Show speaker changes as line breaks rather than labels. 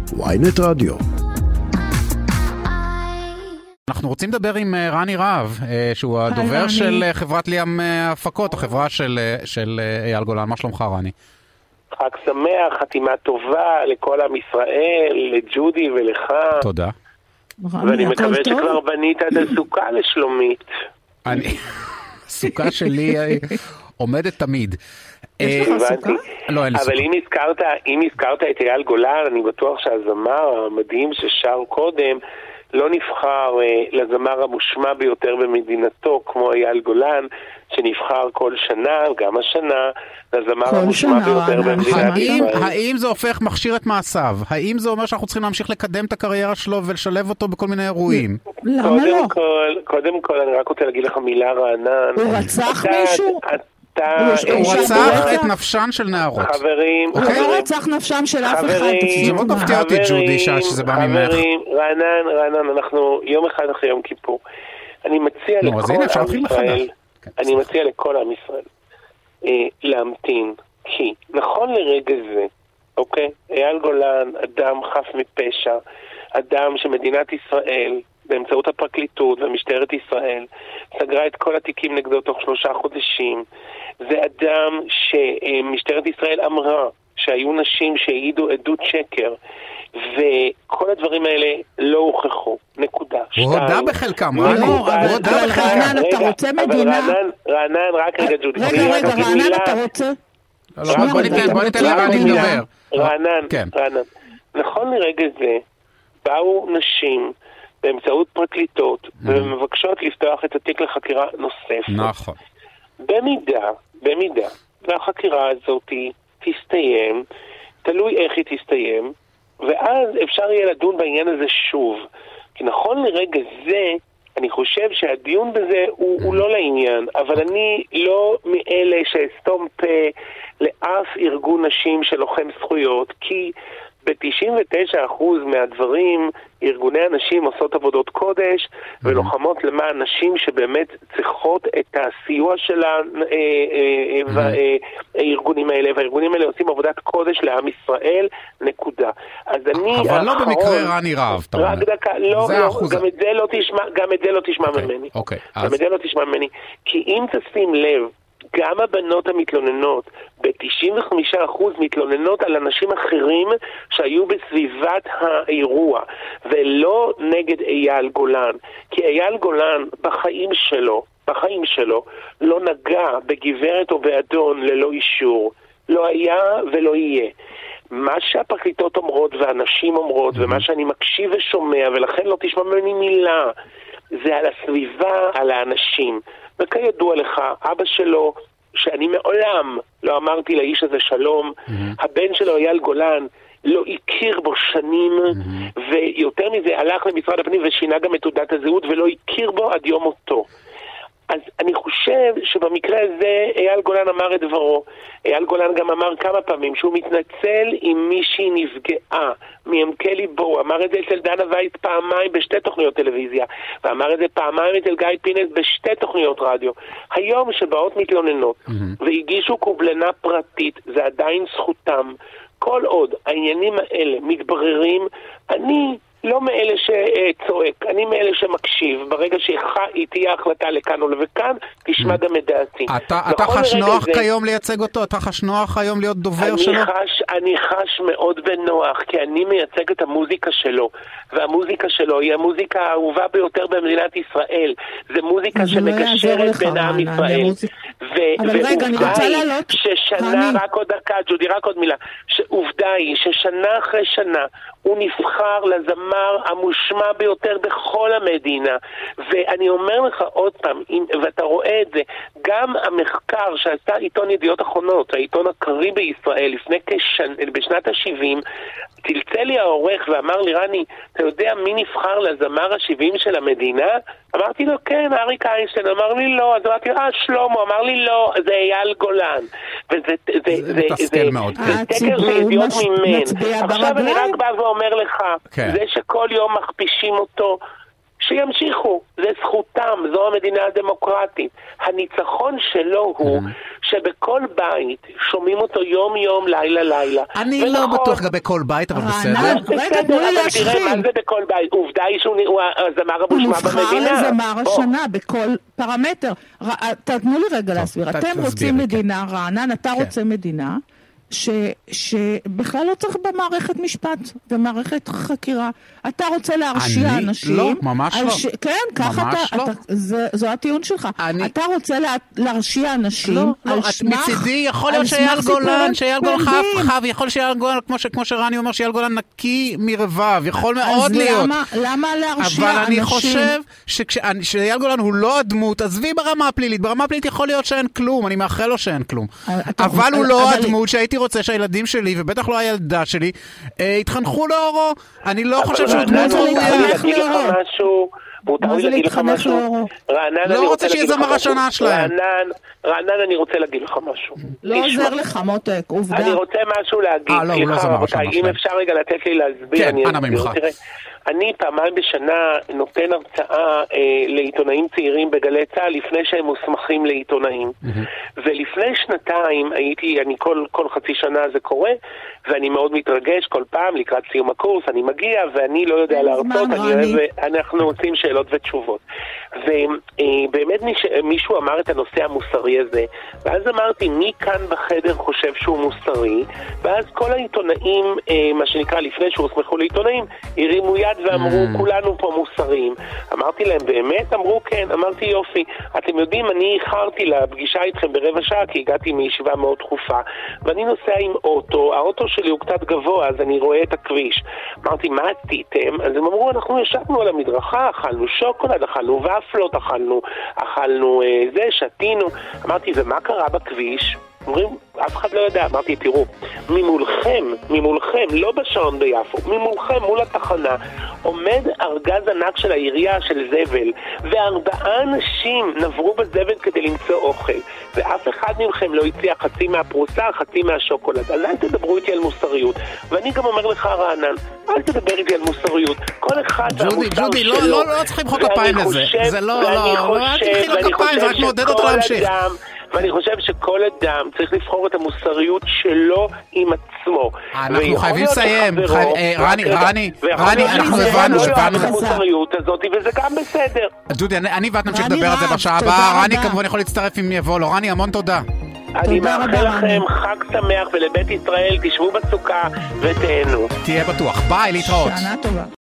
ynet רדיו.
אנחנו רוצים לדבר עם רני רהב, שהוא הדובר של חברת ליאם הפקות, החברה של אייל גולן. מה שלומך, רני?
חג שמח, חתימה טובה לכל עם ישראל, לג'ודי ולך.
תודה.
ואני מקווה שכבר בנית את הסוכה לשלומית.
הסוכה שלי עומדת תמיד.
יש לך סוכה?
לא, אין לי סוכה.
אבל אם הזכרת את אייל גולן, אני בטוח שהזמר המדהים ששר קודם לא נבחר לזמר המושמע ביותר במדינתו כמו אייל גולן, שנבחר כל שנה, גם השנה, לזמר המושמע ביותר במדינת ישראל.
האם זה הופך מכשיר את מעשיו? האם זה אומר שאנחנו צריכים להמשיך לקדם את הקריירה שלו ולשלב אותו בכל מיני אירועים?
למה לא?
קודם כל, אני רק רוצה להגיד לך מילה, רענן.
הוא רצח מישהו?
הוא רצח את נפשן של נערות.
חברים,
הוא לא רצח נפשם של אף אחד.
זה מאוד מפתיע אותי, ג'ודי, שזה בא ממך.
חברים, רענן, אנחנו יום אחד אחרי יום כיפור. אני מציע לכל עם ישראל להמתין, כי נכון לרגע זה, אוקיי? אייל גולן, אדם חף מפשע, אדם שמדינת ישראל באמצעות הפרקליטות ומשטרת ישראל סגרה את כל התיקים נגדו תוך 3 חודשים. זה אדם שמשטרת ישראל אמרה שהיו נשים שהעידו עדות שקר, וכל הדברים האלה לא הוכחו. נקודה.
הוא הודע בחלקם, רני.
רענן, אתה רוצה מדינה?
רענן, רק רגע, ג'ודי.
רגע, רענן, אתה רוצה?
בוא ניתן לרני לדבר.
רענן. נכון לרגע זה, באו נשים באמצעות פרקליטות ומבקשות לפתוח את התיק לחקירה נוספת.
נכון.
במידה והחקירה הזאת תסתיים, תלוי איך היא תסתיים, ואז אפשר יהיה לדון בעניין הזה שוב. כי נכון לרגע זה, אני חושב שהדיון בזה הוא לא לעניין, אבל אני לא מאלה שאסתום פה לאף ארגון נשים שלוחם זכויות, כי ב-99% מהדברים ארגוני הנשים עושות עבודות קודש ולוחמות למען נשים שבאמת צריכות את הסיוע של הארגונים האלה, והארגונים האלה עושים עבודת קודש לעם ישראל, נקודה. אז אני
אבל לא במקרה רני רהב, אתה אומר.
רק דקה, לא, גם את זה לא תשמע ממני. גם את זה לא תשמע ממני. כי אם תשים לב, גם הבנות המתלוננות, ב-95% מתלוננות על אנשים אחרים שהיו בסביבת האירוע, ולא נגד אייל גולן. כי אייל גולן בחיים שלו לא נגע בגברת או באדון ללא אישור. לא היה ולא יהיה. מה שהפרקליטות אומרות והנשים אומרות, ומה שאני מקשיב ושומע, ולכן לא תשמע ממני מילה, זה על הסביבה, על האנשים. וכידוע לך, אבא שלו, שאני מעולם לא אמרתי לאיש הזה שלום, הבן שלו אייל גולן לא הכיר בו שנים, ויותר מזה הלך למשרד הפנים ושינה גם את תעודת הזהות ולא הכיר בו עד יום מותו. אז אני חושב שבמקרה הזה אייל גולן אמר את דברו. אייל גולן גם אמר כמה פעמים שהוא מתנצל אם מישהי נפגעה מעמקי ליבו. הוא אמר את זה אצל דנה וייס פעמיים בשתי תוכניות טלוויזיה, ואמר את זה פעמיים אצל גיא פינס בשתי תוכניות רדיו. היום שבאות מתלוננות והגישו קובלנה פרטית, זה עדיין זכותם. כל עוד העניינים האלה מתבררים, אני לא מאלה שצועק, אני מאלה שמקשיב. ברגע שהיא תהיה החלטה לכאן או לכאן, תשמע גם את דעתי.
אתה חש נוח כיום לייצג אותו? אתה חש נוח היום להיות דובר שלו?
אני חש מאוד בנוח, כי אני מייצג את המוזיקה שלו, והמוזיקה שלו היא המוזיקה האהובה ביותר במדינת ישראל. זה מוזיקה שמגשרת בין עם ישראל.
אבל רגע, אני רוצה לעלות.
ששנה, רק עוד דקה, ג'ודי, רק עוד מילה. עובדה היא ששנה אחרי שנה הוא נבחר לזמר המושמע ביותר בכל המדינה. ואני אומר לך עוד פעם, ואתה רואה את זה, גם המחקר שעשה עיתון ידיעות אחרונות, העיתון הקרי בישראל, בשנת ה-70, צלצל לי העורך ואמר לי, רני, אתה יודע מי נבחר לזמר ה-70 של המדינה? אמרתי לו, כן, אריק איינשטיין. אמר לי לא. אז אמרתי, שלמה. אמר לי לא, זה אייל גולן. וזה
תסכל מאוד.
תקר שידיעות ממנו. עכשיו אני רק בא ואומר לך, זה שכל יום מכפישים אותו, שימשיכו, זה זכותם, זו המדינה הדמוקרטית. הניצחון שלו הוא שבכל בית שומעים אותו יום יום, לילה לילה.
אני לא בטוח גם בכל בית, אבל בסדר.
רגע, תנו לי להשחיל.
תראה, מה זה בכל בית? עובדה היא שהוא הזמר המושמע במדינה.
הוא נבחר לזמר השנה בכל פרמטר. תנו לי רגע להסביר. אתם רוצים מדינה, רענן, אתה רוצה מדינה שבכלל לא צריך במערכת משפט, במערכת חקירה. אתה רוצה להרשיע אנשים.
לא, ממש לא.
כן, ככה זו הטיעון שלך. אתה רוצה להרשיע אנשים על סמך...
מצידי, יכול להיות שאייל גולן חף, יכול להיות שאייל גולן, כמו שרני אומר, שאייל גולן נקי מרבב, יכול מאוד להיות.
אז למה להרשיע אנשים?
אבל אני חושב שאייל גולן הוא לא הדמות, עזבי ברמה הפלילית, ברמה הפלילית יכול להיות שאין כלום, אני מאחל לו שאין כלום. אבל הוא לא הדמות שהייתי רוצה שהילדים שלי, ובטח לא הילדה שלי, יתחנכו לאורו. אני לא חושב שהוא דמות
מותר לי להגיד לך משהו.
לא רוצה שיהיה זמר השנה שלהם.
רענן, אני רוצה להגיד לך משהו.
לא עוזר לך, מותק, עובדה.
אני רוצה משהו להגיד. אם אפשר רגע לתת לי להסביר.
כן, אנא ממך.
אני פעמיים בשנה נותן הרצאה לעיתונאים צעירים בגלי צהל לפני שהם מוסמכים לעיתונאים. ולפני שנתיים אני כל חצי שנה זה קורה, ואני מאוד מתרגש כל פעם לקראת סיום הקורס, אני מגיע ואני לא יודע להרצות, אנחנו עושים שאלות ותשובות. ובאמת מישהו אמר את הנושא המוסרי הזה, ואז אמרתי מי כאן בחדר חושב שהוא מוסרי, ואז כל העיתונאים, מה שנקרא לפני שהוסמכו לעיתונאים, הרימו יד ואמרו כולנו פה מוסריים. אמרתי להם באמת? אמרו כן. אמרתי יופי, אתם יודעים אני איחרתי לפגישה איתכם ברבע שעה כי הגעתי מישיבה מאוד דחופה, ואני נוסע עם אוטו, האוטו שלי הוא קצת גבוה אז אני רואה את הכביש. אמרתי מה עשיתם? אז הם אמרו אנחנו ישבנו על המדרכה, אכלנו שוקולד, אכלנו ופלות, אכלנו זה, שתינו. אמרתי ומה קרה בכביש? אומרים, אף אחד לא יודע. אמרתי, תראו, ממולכם, לא בשעון ביפו, ממולכם, מול התחנה, עומד ארגז ענק של העירייה של זבל, ו4 אנשים נברו בזבל כדי למצוא אוכל, ואף אחד מכם לא הציע חצי מהפרוסה, חצי מהשוקולד. אז אל תדברו איתי על מוסריות. ואני גם אומר לך, רענן, אל תדבר איתי על מוסריות. כל אחד והמוסר שלו.
ג'ודי, לא צריכים חוק הפיים לזה. זה לא, אל תמחיא לו כפיים, זה רק מעודד אותו להמשיך.
ואני חושב שכל אדם צריך לבחור את המוסריות שלו עם עצמו.
אנחנו חייבים לסיים. רני, אנחנו הבנו
את המוסריות הזאת, וזה גם בסדר.
דודי, אני ואת נמשיך לדבר על זה בשעה הבאה. רני כמובן יכול להצטרף אם יבוא לו. רני, המון תודה.
אני מאחל לכם חג שמח, ולבית ישראל תשבו בסוכה ותהנו.
תהיה בטוח. ביי, להתראות.
שנה טובה.